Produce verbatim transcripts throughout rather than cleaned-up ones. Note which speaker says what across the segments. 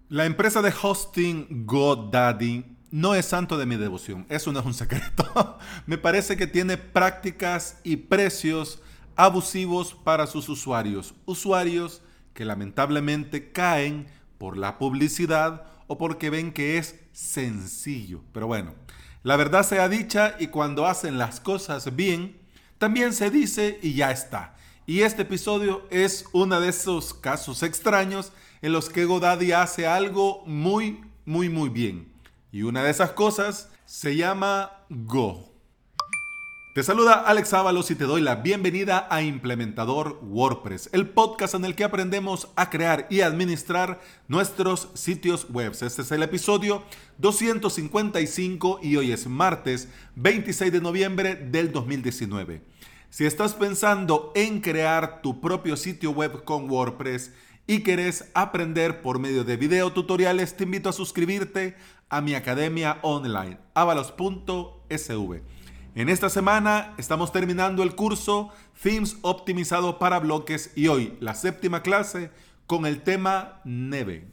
Speaker 1: La empresa de hosting GoDaddy no es santo de mi devoción, eso no es un secreto. Me parece que tiene prácticas y precios abusivos para sus usuarios. Usuarios que lamentablemente caen por la publicidad o porque ven que es sencillo. Pero bueno, la verdad sea dicha y cuando hacen las cosas bien, también se dice y ya está. Y este episodio es uno de esos casos extraños en los que GoDaddy hace algo muy, muy, muy bien. Y una de esas cosas se llama Go. Te saluda Alex Ábalos y te doy la bienvenida a Implementador WordPress, el podcast en el que aprendemos a crear y administrar nuestros sitios web. Este es el episodio doscientos cincuenta y cinco y hoy es martes veintiséis de noviembre del dos mil diecinueve. Si estás pensando en crear tu propio sitio web con WordPress y querés aprender por medio de video tutoriales, te invito a suscribirte a mi academia online, avalos punto s v. En esta semana estamos terminando el curso Themes optimizado para bloques y hoy la séptima clase con el tema Neve.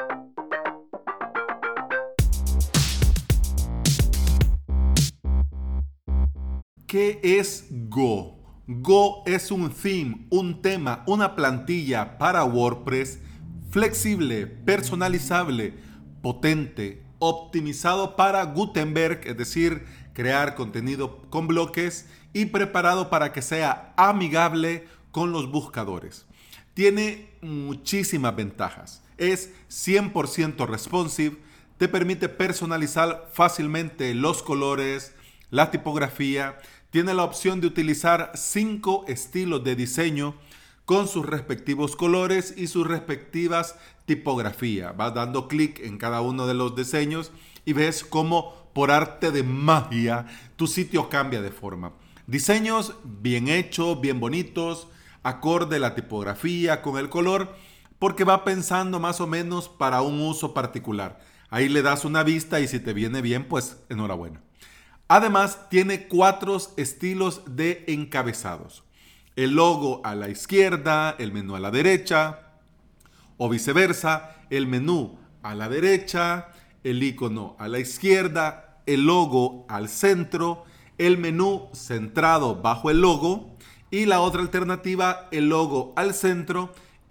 Speaker 1: ¿Qué es Go? Go es un theme, un tema, una plantilla para WordPress flexible, personalizable, potente, optimizado para Gutenberg, es decir, crear contenido con bloques y preparado para que sea amigable con los buscadores. Tiene muchísimas ventajas. Es cien por ciento responsive, te permite personalizar fácilmente los colores, la tipografía. Tiene la opción de utilizar cinco estilos de diseño con sus respectivos colores y sus respectivas tipografías. Vas dando clic en cada uno de los diseños y ves cómo por arte de magia tu sitio cambia de forma. Diseños bien hechos, bien bonitos, acorde la tipografía con el color, porque va pensando más o menos para un uso particular. Ahí le das una vista y si te viene bien, pues enhorabuena. Además, tiene cuatro estilos de encabezados. El logo a la izquierda, el menú a la derecha, o viceversa, el menú a la derecha, el icono a la izquierda, el logo al centro, el menú centrado bajo el logo y la otra alternativa, el logo al centro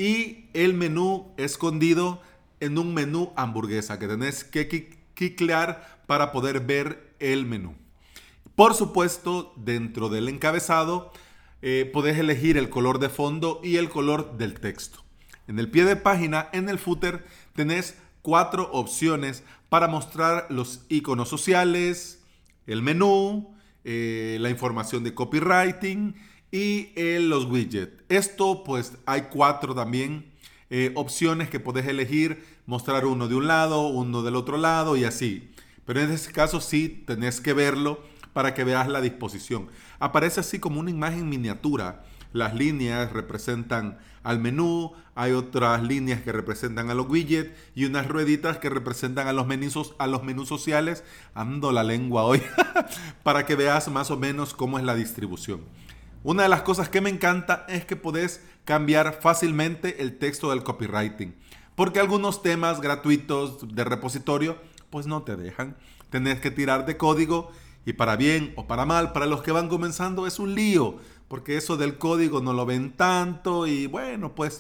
Speaker 1: y el menú escondido en un menú hamburguesa que tenés que cliclear para poder ver el menú. Por supuesto, dentro del encabezado eh, podés elegir el color de fondo y el color del texto. En el pie de página, en el footer, tenés cuatro opciones para mostrar los iconos sociales, el menú, eh, la información de copywriting y eh, los widgets. Esto, pues, hay cuatro también eh, opciones que podés elegir, mostrar uno de un lado, uno del otro lado y así. Pero en este caso sí tenés que verlo para que veas la disposición. Aparece así como una imagen miniatura. Las líneas representan al menú, hay otras líneas que representan a los widgets y unas rueditas que representan a los menús, a los menús sociales. Ando la lengua hoy para que veas más o menos cómo es la distribución. Una de las cosas que me encanta es que podés cambiar fácilmente el texto del copywriting, porque algunos temas gratuitos de repositorio pues no te dejan. Tenés que tirar de código y para bien o para mal, para los que van comenzando es un lío, porque eso del código no lo ven tanto y bueno, pues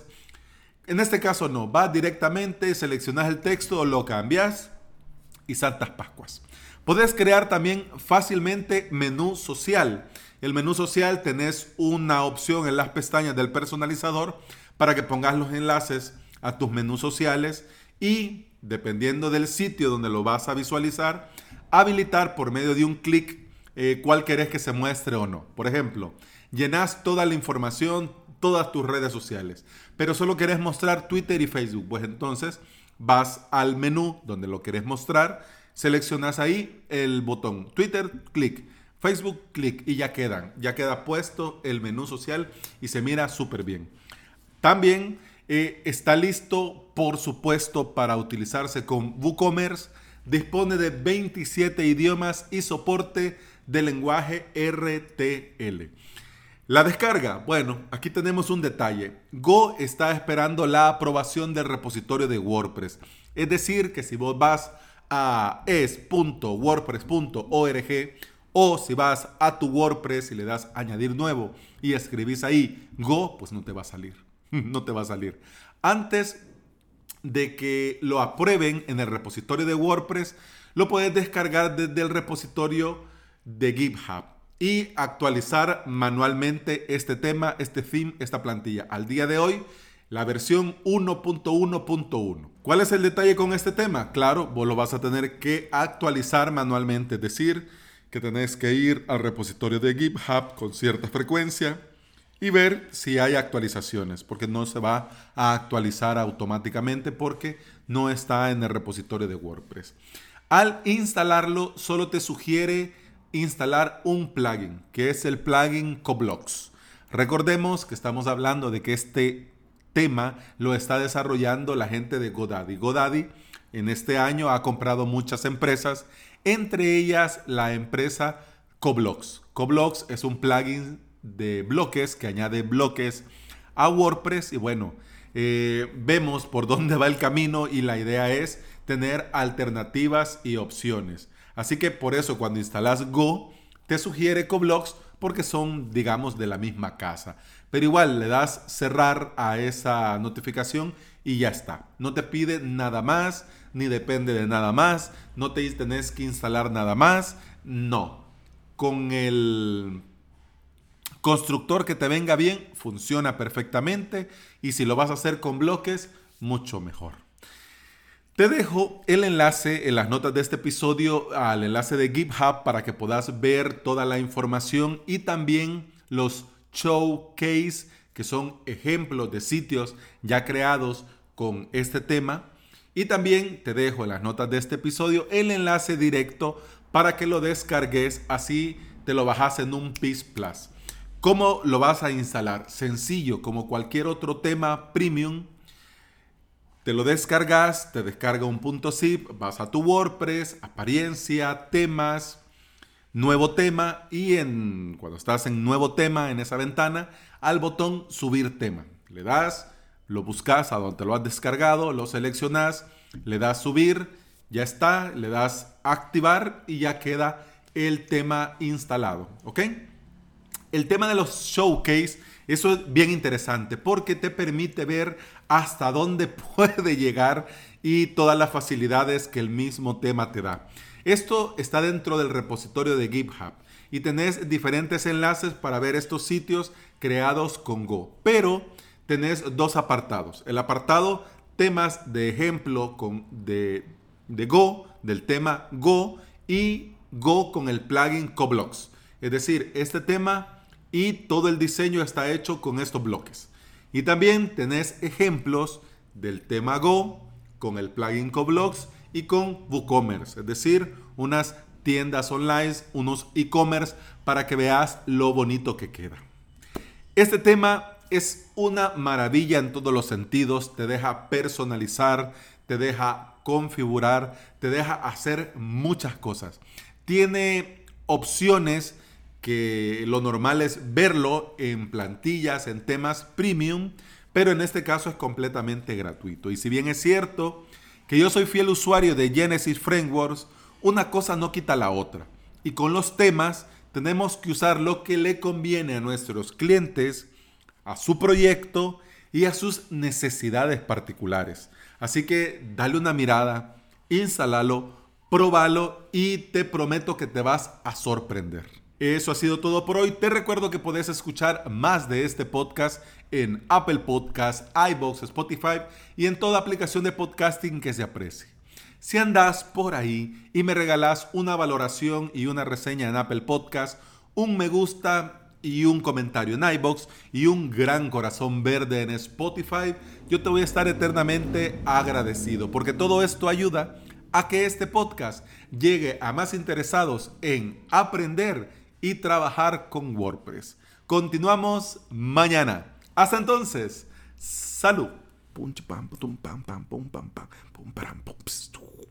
Speaker 1: en este caso no, vas directamente, seleccionas el texto, lo cambias y saltas pascuas. Podés crear también fácilmente menú social. El menú social tenés una opción en las pestañas del personalizador para que pongas los enlaces a tus menús sociales y dependiendo del sitio donde lo vas a visualizar, habilitar por medio de un clic eh, cuál querés que se muestre o no. Por ejemplo, llenás toda la información, todas tus redes sociales, pero solo querés mostrar Twitter y Facebook. Pues entonces vas al menú donde lo querés mostrar, seleccionas ahí el botón Twitter, clic, Facebook, clic y ya quedan. Ya queda puesto el menú social y se mira súper bien. También eh, está listo, por supuesto, para utilizarse con WooCommerce. Dispone de veintisiete idiomas y soporte de lenguaje R T L. La descarga, bueno, aquí tenemos un detalle. Go está esperando la aprobación del repositorio de WordPress. Es decir, que si vos vas a es punto wordpress punto org o si vas a tu WordPress y le das añadir nuevo y escribís ahí Go, pues no te va a salir. No te va a salir. Antes de que lo aprueben en el repositorio de WordPress, lo puedes descargar desde el repositorio de GitHub y actualizar manualmente este tema, este theme, esta plantilla. Al día de hoy, la versión uno punto uno punto uno. ¿Cuál es el detalle con este tema? Claro, vos lo vas a tener que actualizar manualmente, es decir, que tenés que ir al repositorio de GitHub con cierta frecuencia y ver si hay actualizaciones, porque no se va a actualizar automáticamente porque no está en el repositorio de WordPress. Al instalarlo, solo te sugiere instalar un plugin, que es el plugin Coblox. Recordemos que estamos hablando de que este tema lo está desarrollando la gente de GoDaddy. GoDaddy en este año ha comprado muchas empresas, entre ellas la empresa Coblox. Coblox es un plugin de bloques que añade bloques a WordPress y bueno, eh, vemos por dónde va el camino y la idea es tener alternativas y opciones. Así que por eso cuando instalas Go te sugiere Coblox porque son, digamos, de la misma casa. Pero igual le das cerrar a esa notificación y ya está. No te pide nada más, ni depende de nada más. No te tenés que instalar nada más. No. Con el constructor que te venga bien, funciona perfectamente. Y si lo vas a hacer con bloques, mucho mejor. Te dejo el enlace en las notas de este episodio al enlace de GitHub para que puedas ver toda la información y también los showcase, que son ejemplos de sitios ya creados con este tema. Y también te dejo en las notas de este episodio el enlace directo para que lo descargues, así te lo bajas en un P I S Plus. ¿Cómo lo vas a instalar? Sencillo, como cualquier otro tema premium. Te lo descargas, te descarga un punto zip, vas a tu WordPress, apariencia, temas, nuevo tema y en, cuando estás en nuevo tema en esa ventana, al botón subir tema. Le das, lo buscas a donde lo has descargado, lo seleccionas, le das subir, ya está, le das activar y ya queda el tema instalado, ¿ok? El tema de los showcase, eso es bien interesante porque te permite ver hasta dónde puede llegar y todas las facilidades que el mismo tema te da. Esto está dentro del repositorio de GitHub y tenés diferentes enlaces para ver estos sitios creados con Go. Pero tenés dos apartados. El apartado temas de ejemplo con, de, de Go, del tema Go y Go con el plugin Coblox. Es decir, este tema y todo el diseño está hecho con estos bloques. Y también tenés ejemplos del tema Go con el plugin Coblox y con WooCommerce, es decir, unas tiendas online, unos e-commerce para que veas lo bonito que queda. Este tema es una maravilla en todos los sentidos, te deja personalizar, te deja configurar, te deja hacer muchas cosas. Tiene opciones que lo normal es verlo en plantillas, en temas premium, pero en este caso es completamente gratuito. Y si bien es cierto que yo soy fiel usuario de Genesis Frameworks, una cosa no quita la otra. Y con los temas tenemos que usar lo que le conviene a nuestros clientes, a su proyecto y a sus necesidades particulares. Así que dale una mirada, instálalo, próbalo y te prometo que te vas a sorprender. Eso ha sido todo por hoy. Te recuerdo que podés escuchar más de este podcast en Apple Podcasts, iVoox, Spotify y en toda aplicación de podcasting que se aprecie. Si andás por ahí y me regalás una valoración y una reseña en Apple Podcasts, un me gusta y un comentario en iVoox y un gran corazón verde en Spotify, yo te voy a estar eternamente agradecido porque todo esto ayuda a que este podcast llegue a más interesados en aprender y trabajar con WordPress. Continuamos mañana. Hasta entonces, salud. Pum, pam, pum, pam, pam, pum, pam, pam, pum, pam, pum,